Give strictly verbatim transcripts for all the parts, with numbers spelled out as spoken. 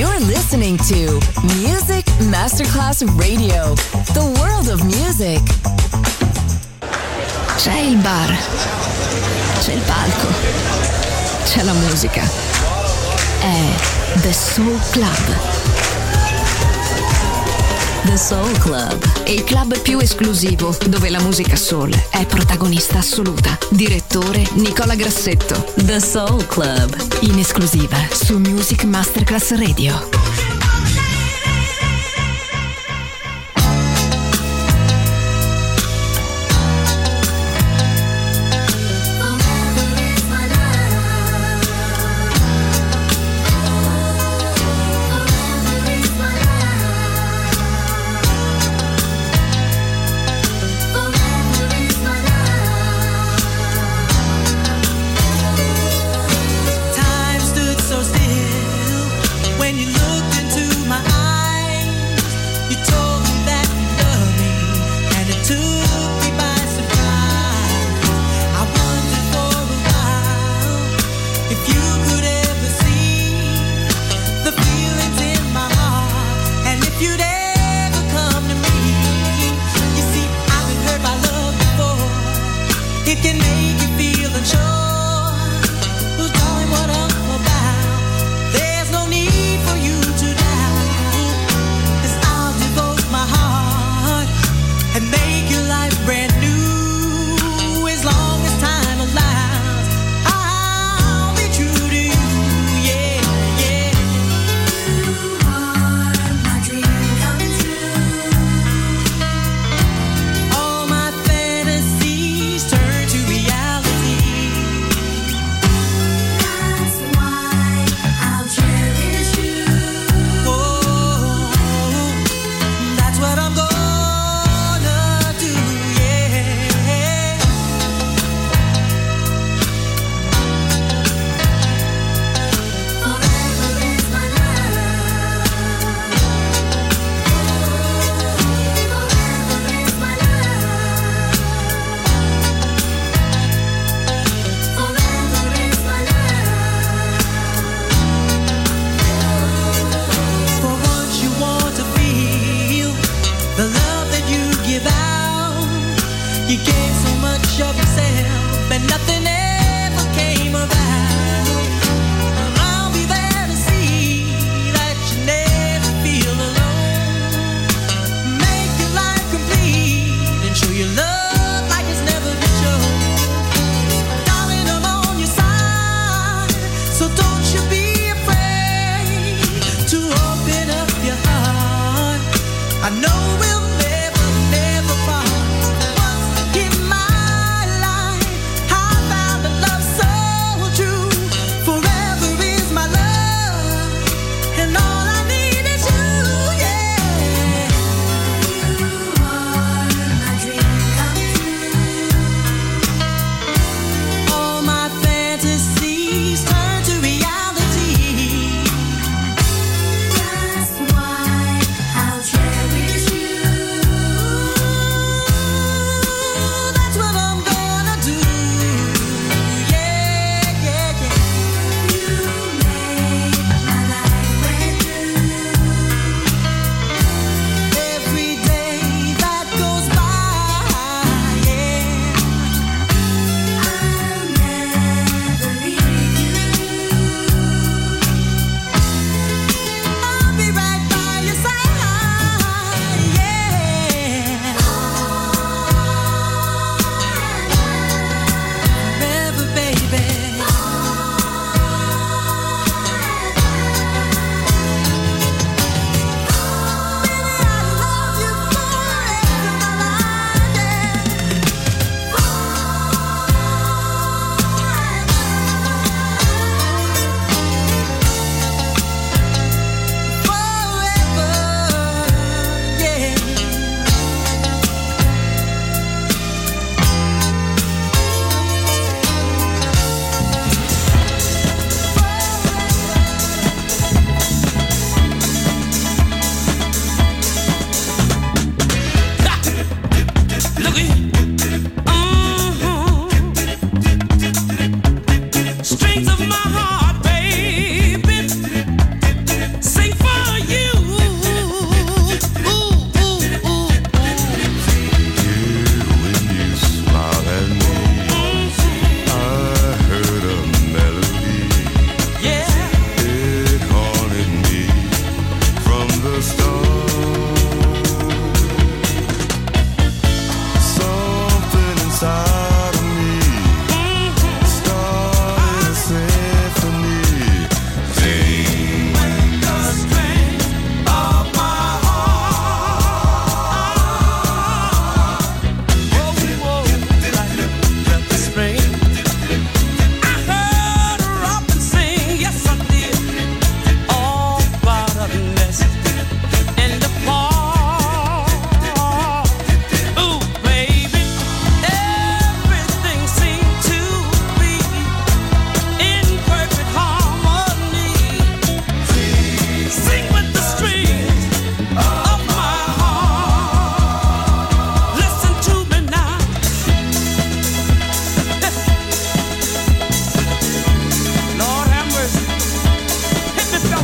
You're listening to Music Masterclass Radio, the world of music. C'è il bar, c'è il palco, c'è la musica. È The Soul Club. The Soul Club, il club più esclusivo dove la musica soul è protagonista assoluta. Direttore Nicola Grassetto. The Soul Club, in esclusiva su Music Masterclass Radio. There's no need for you to doubt, 'cause I'll devote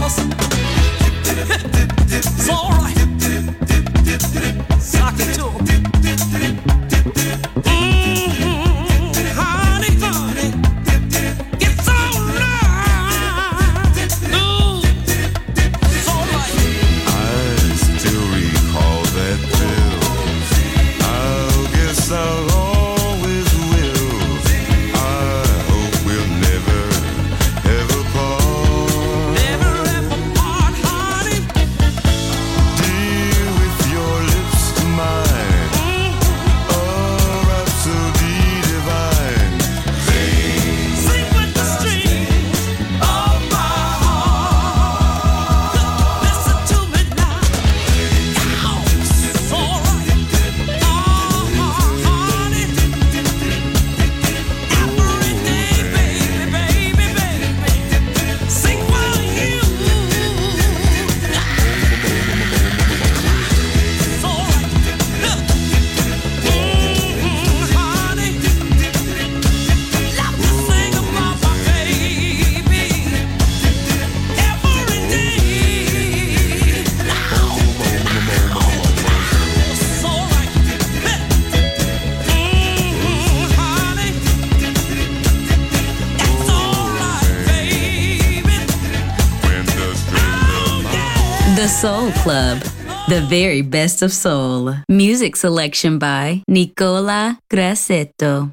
The Soul Club, the very best of soul. Music selection by Nicola Grassetto.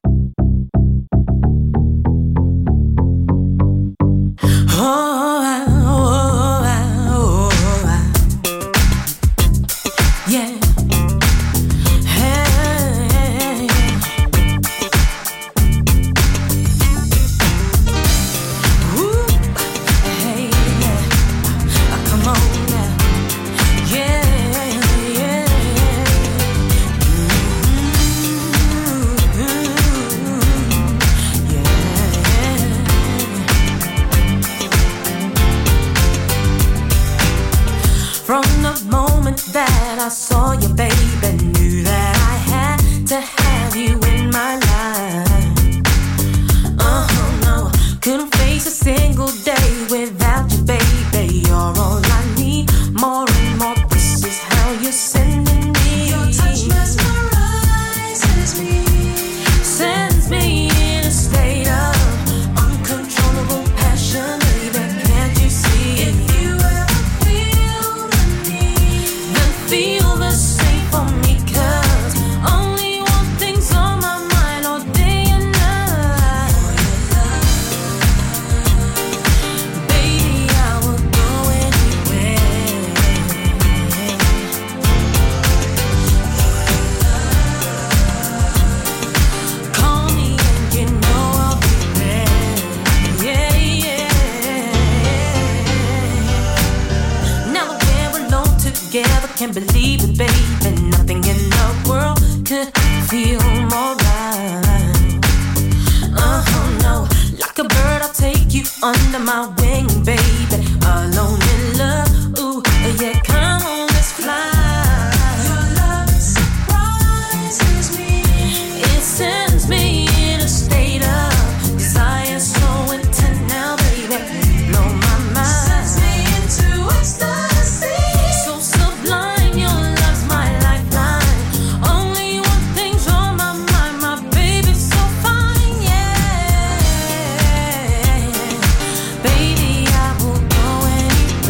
That I saw you, baby, knew that I had to have you in my life. Uh-huh, no, couldn't face a single day without you, baby. You're all I need, more and more. This is how you're sending me. Your touch mesmerizes me, sends me in a state of uncontrollable passion, baby. Can't you see? If you ever feel the need, feel the same for me, cause only one thing's on my mind all day and night. Baby, I will go anywhere. Call me and you know I'll be there. Yeah, yeah. Now that we're alone together, can't believe it, baby. Nothing in the world could feel more right. Uh-huh, no. Like a bird, I'll take you under my wing, baby. Alone in love, ooh, yeah, come on, let's fly. Your love surprises me. It sends me in a state of desire so intense now, baby. Blow my mind. Sends me into ecstasy. So sublime, your love's my lifeline. Only one thing's on my mind, my baby's so fine, yeah. Baby, I will go anywhere.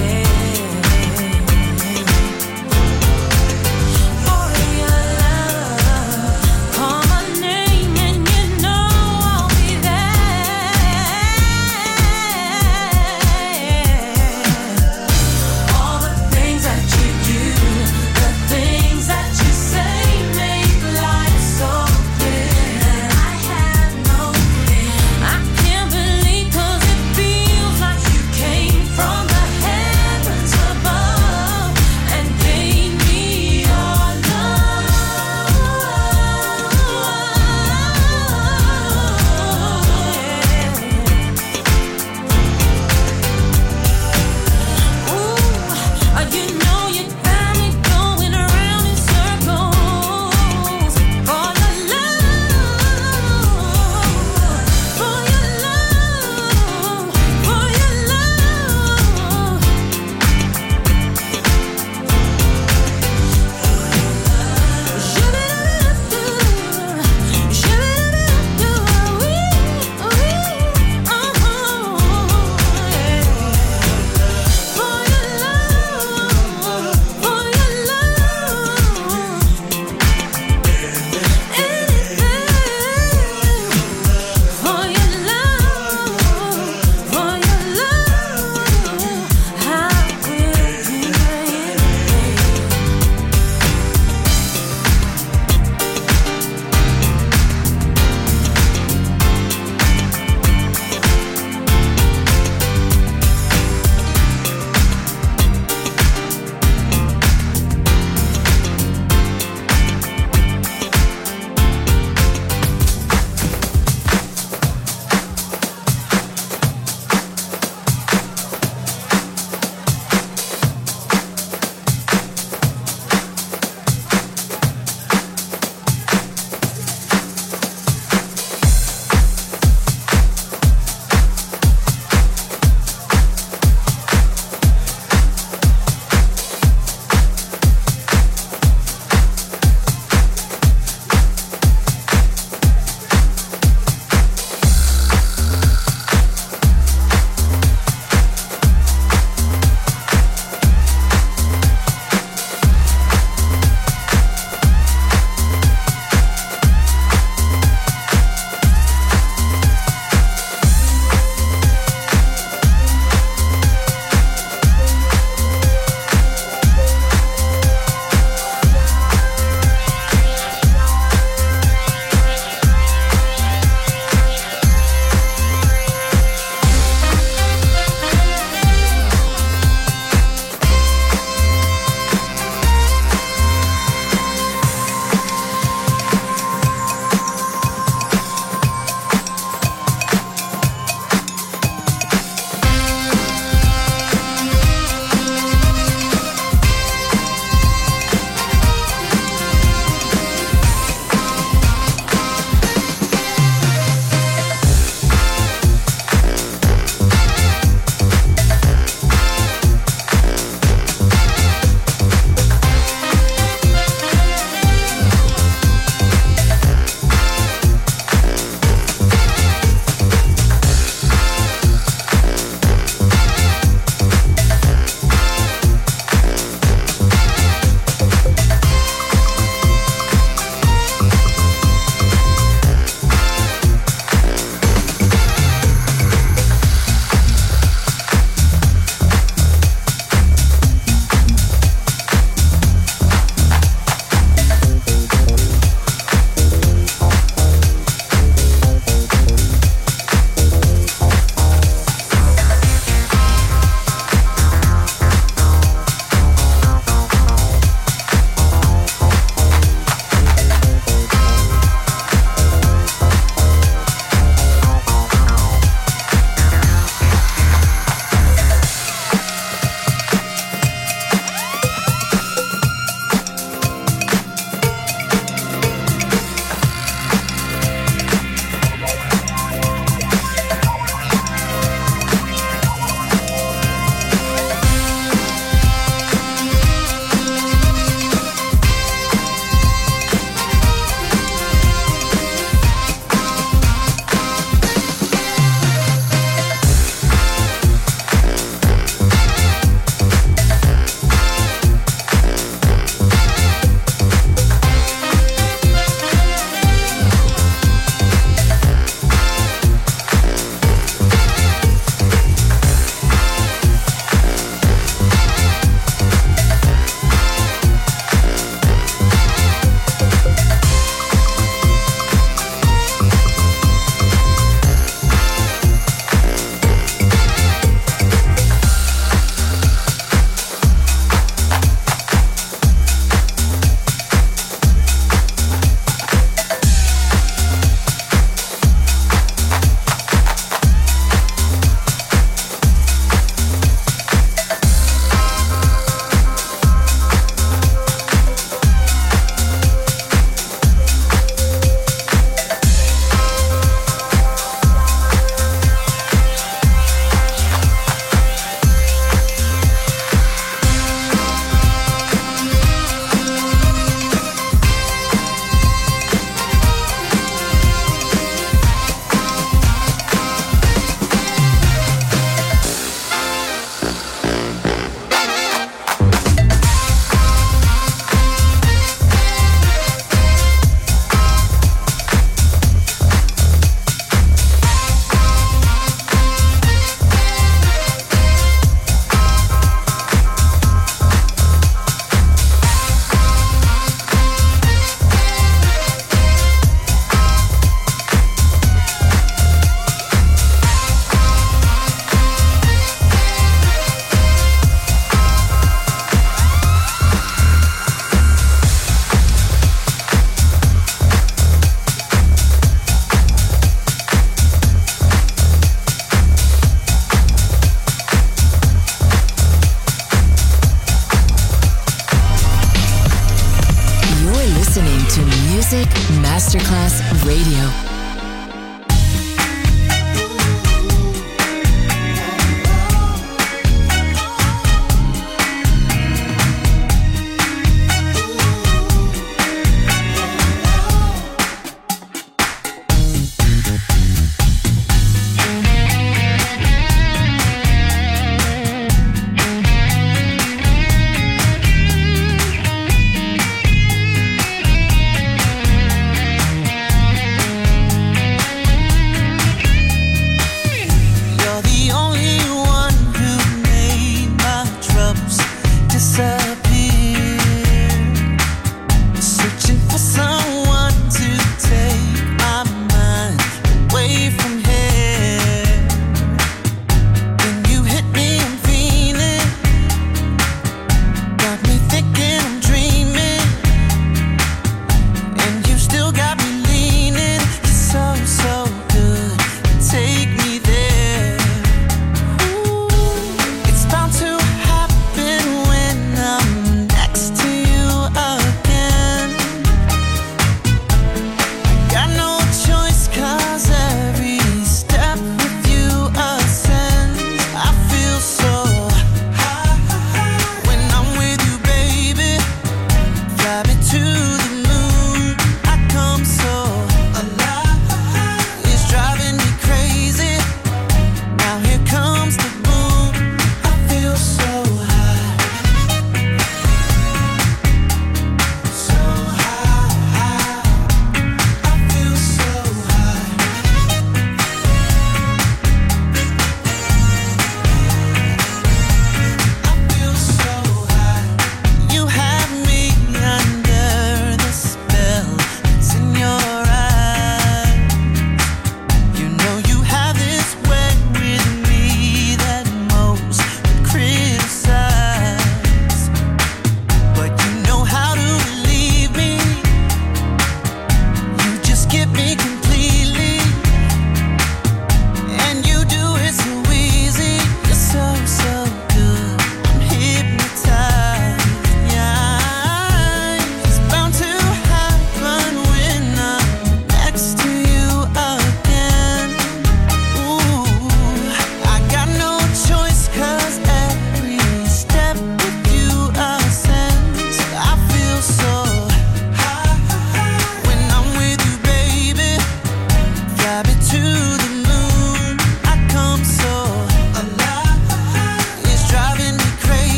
Music Masterclass Radio.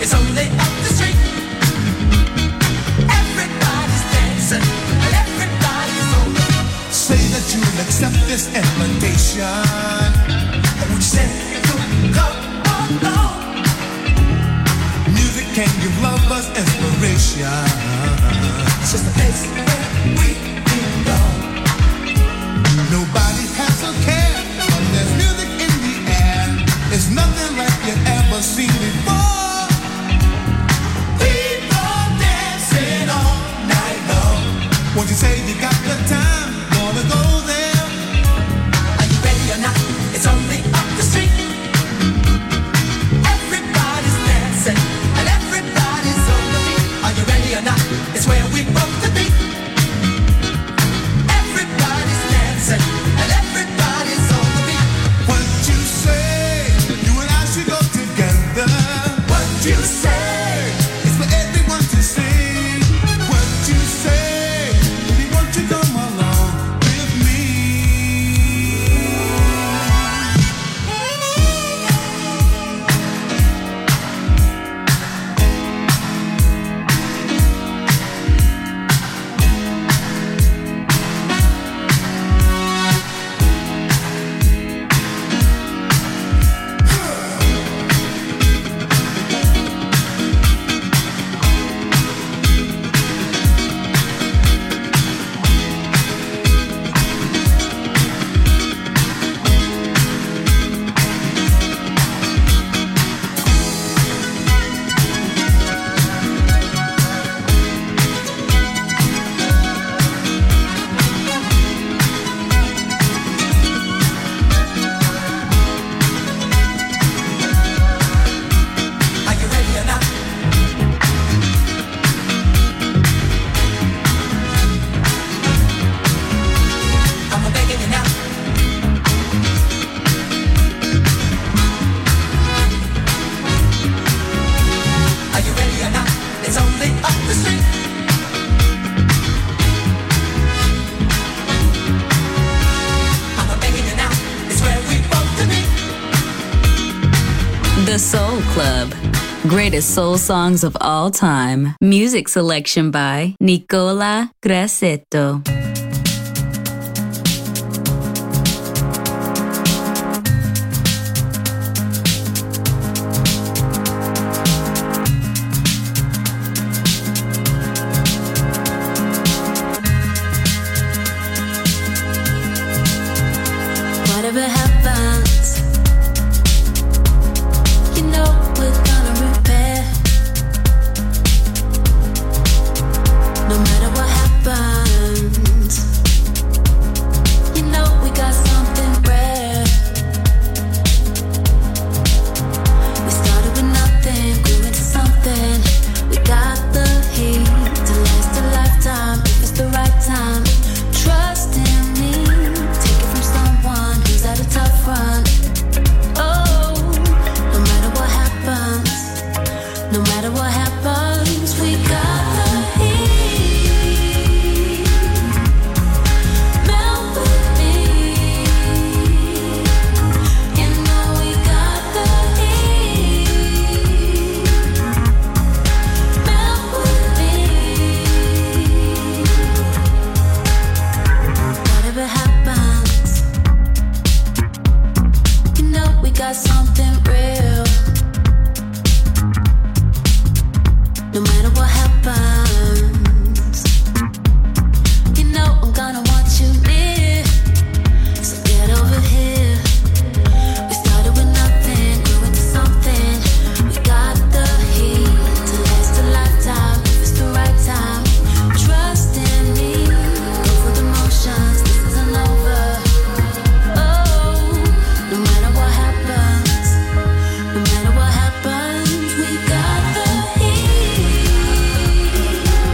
it's only up the street. Everybody's dancing and everybody's on the beat. Say that you'll accept this invitation. And would you say you'll come along? Music can give lovers inspiration. It's just a place where we belong. Nobody has a care when there's music in the air. It's nothing like you've ever seen before. People dancing all night long. Won't you say you got the time? Wanna go there? Are you ready or not? It's only up the street. Everybody's dancing and everybody's on the beat. Are you ready or not? It's where we both to be. Everybody's dancing and everybody's on the beat. What you say? You and I should go together. What you say? It's for everyone to see. What you say? Baby, won't you come along with me? Are you ready or not? I'm begging you now. Are you ready or not? It's only up the street. I'm begging you now. It's where we both to be. The Soul Club. Greatest soul songs of all time. Music selection by Nicola Grassetto. Whatever happens, you know we're gonna repair. No matter what happens, you know we got something rare. We started with nothing, grew into something. We got the heat to last a lifetime if it's the right time. Trust in me, take it from someone who's had a tough run. Oh, no matter what happens, no matter what happens, we got the heat. Melt with me, you know we got the heat. Melt with me. Whatever happens, you know we got something real. No matter what happens, you know I'm gonna want you near. So get over here. We started with nothing, grew into something. We got the heat to last a lifetime if it's the right time. Trust in me, go for the motions. This isn't over. Oh, no matter what happens, no matter what happens, we got the heat.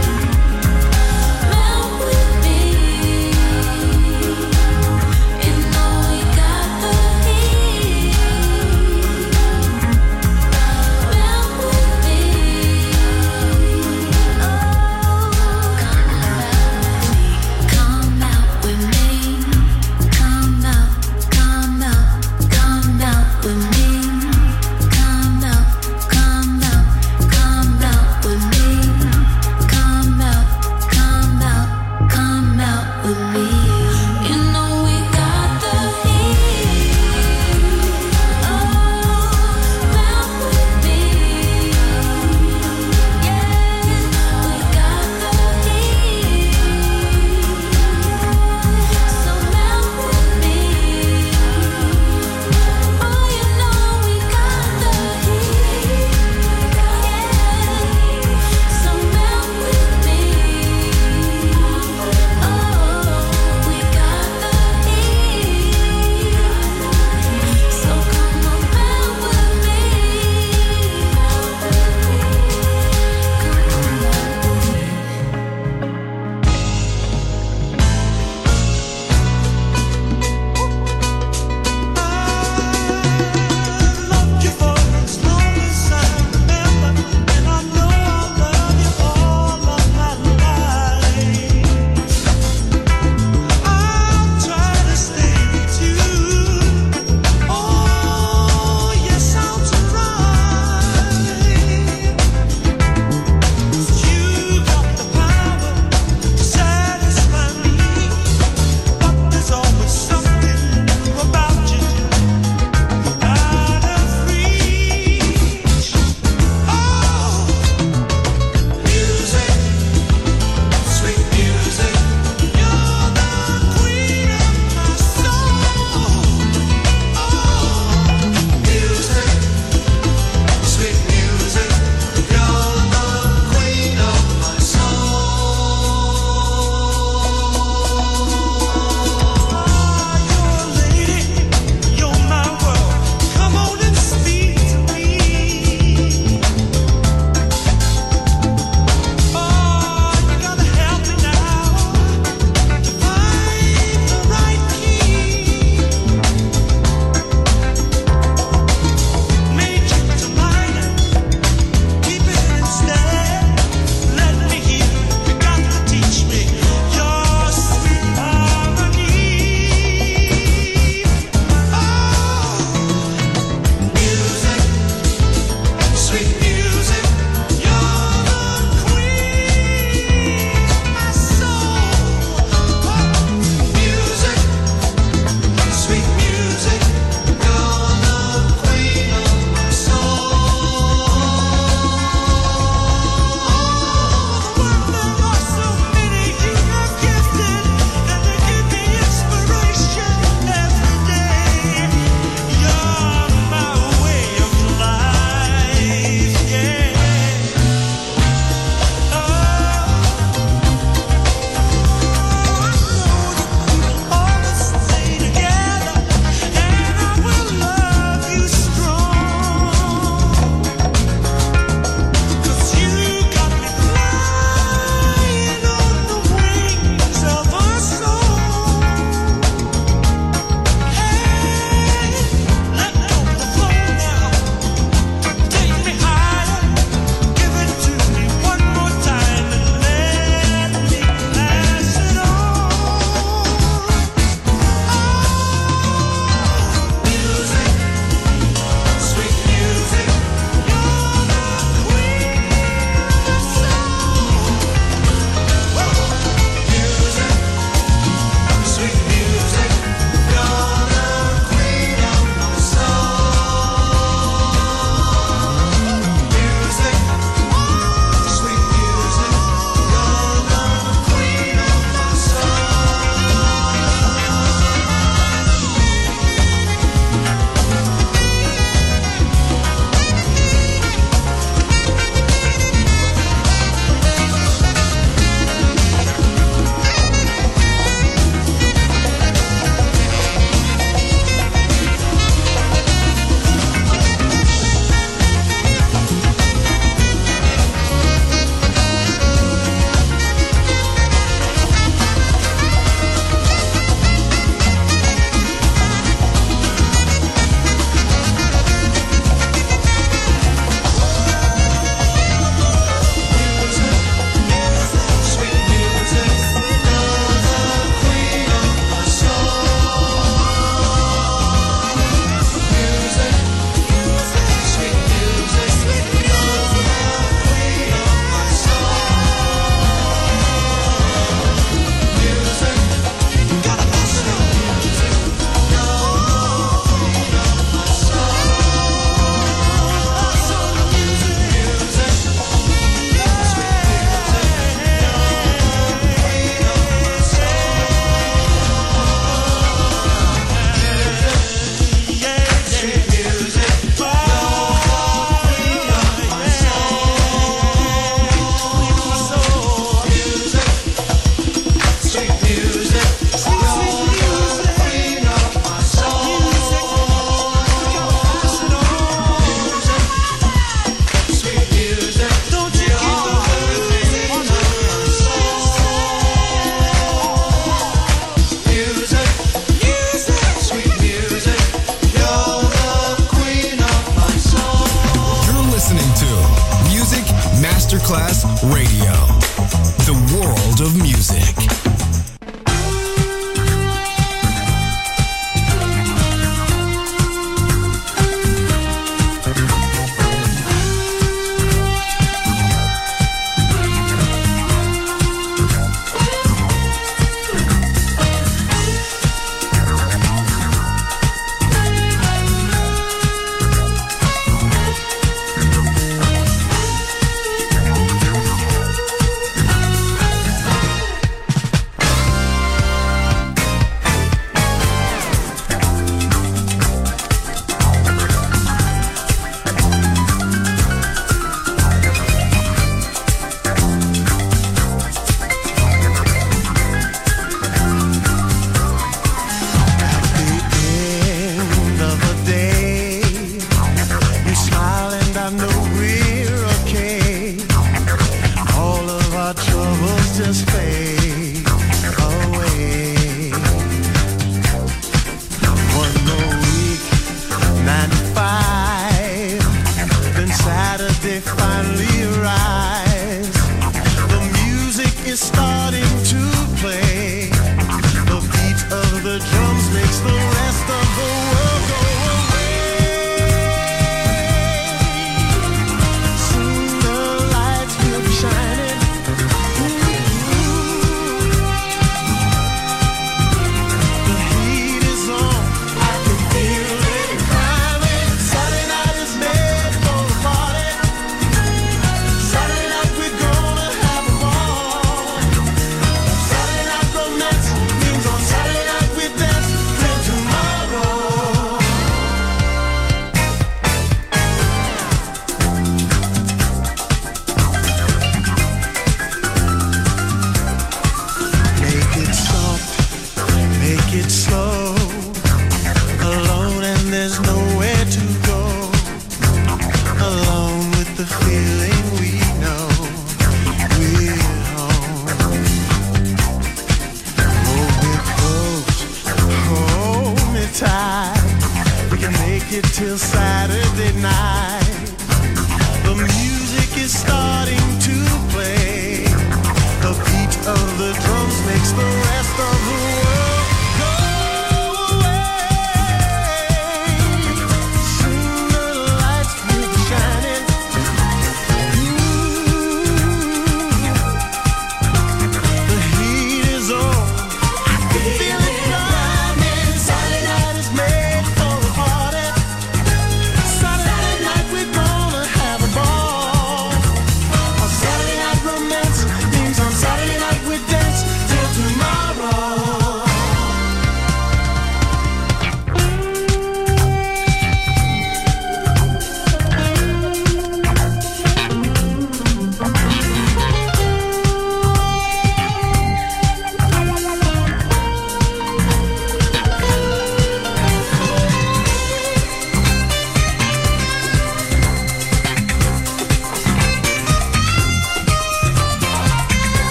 Masterclass Radio, the world of music.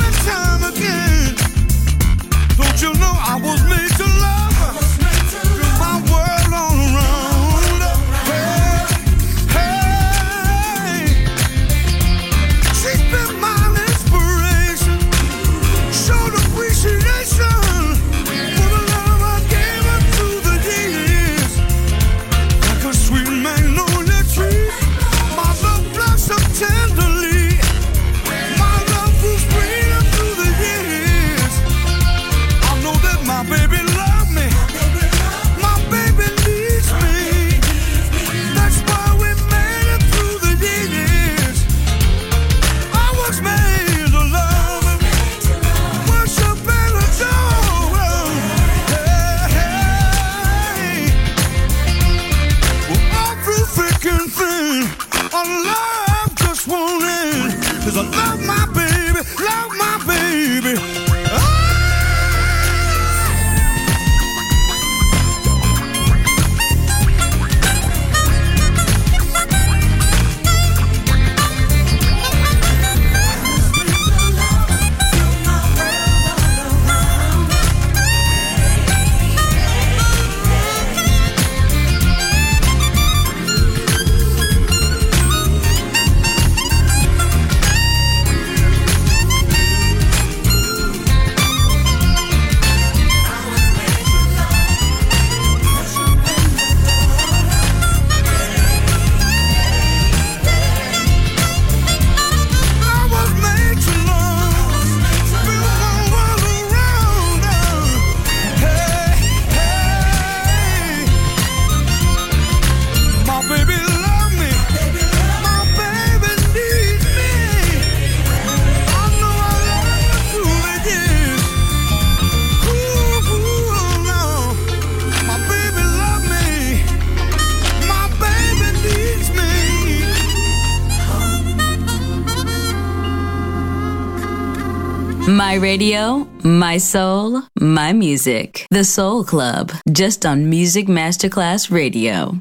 I was made to love. I was made to love. 'cause I love my baby, love my baby. My radio, my soul, my music. The Soul Club, just on Music Masterclass Radio.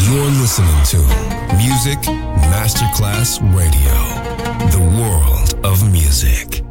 You're listening to Music Masterclass Radio, the world of music.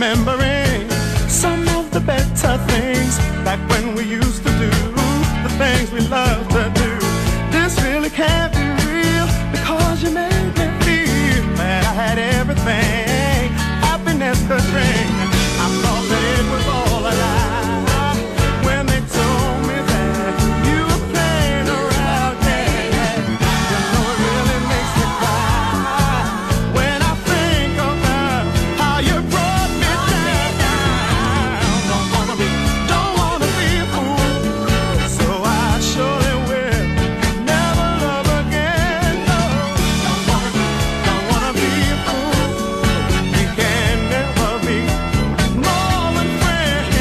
remembering some of the better things back when we used to do the things we loved to do. This really can't be real because you made me feel that I had everything happiness could bring. I thought that it was all a lie when they told me that you were playing around. Yeah, you know it really makes me cry when I think about how you brought me down. Don't wanna be, don't wanna be a fool, so I surely will never love again. No, don't wanna be, don't wanna be a fool. We can never be more than friends.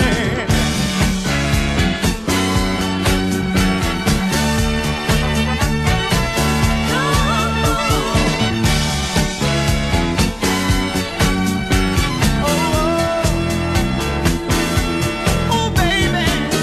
Oh, baby.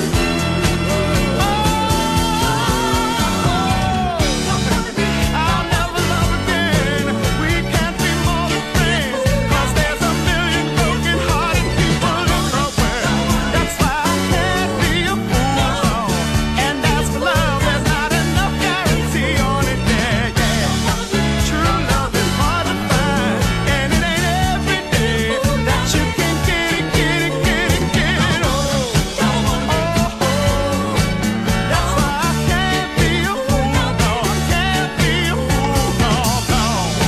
I'll never love again. We can't be more than friends. 'Cause there's a million broken-hearted people in the world. That's why I can't be a fool. And as for love, there's not enough guarantee on it. Yeah, yeah. True love is hard to find, and it ain't every day that you can get it, get it, get it, get it. Oh, oh, oh. That's why I can't be a fool. No, I can't be a fool. No, no.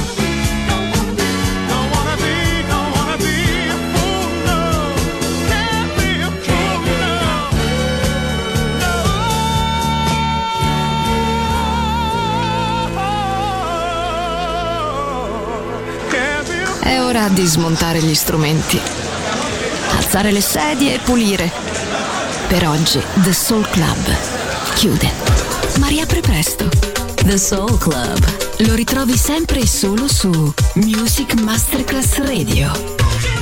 Don't wanna be, don't wanna be a fool. No, can't be a fool. No, no. Can't be a fool. È ora di smontare gli strumenti, alzare le sedie e pulire. Per oggi The Soul Club chiude, ma riapre presto. The Soul Club lo ritrovi sempre e solo su Music Masterclass Radio.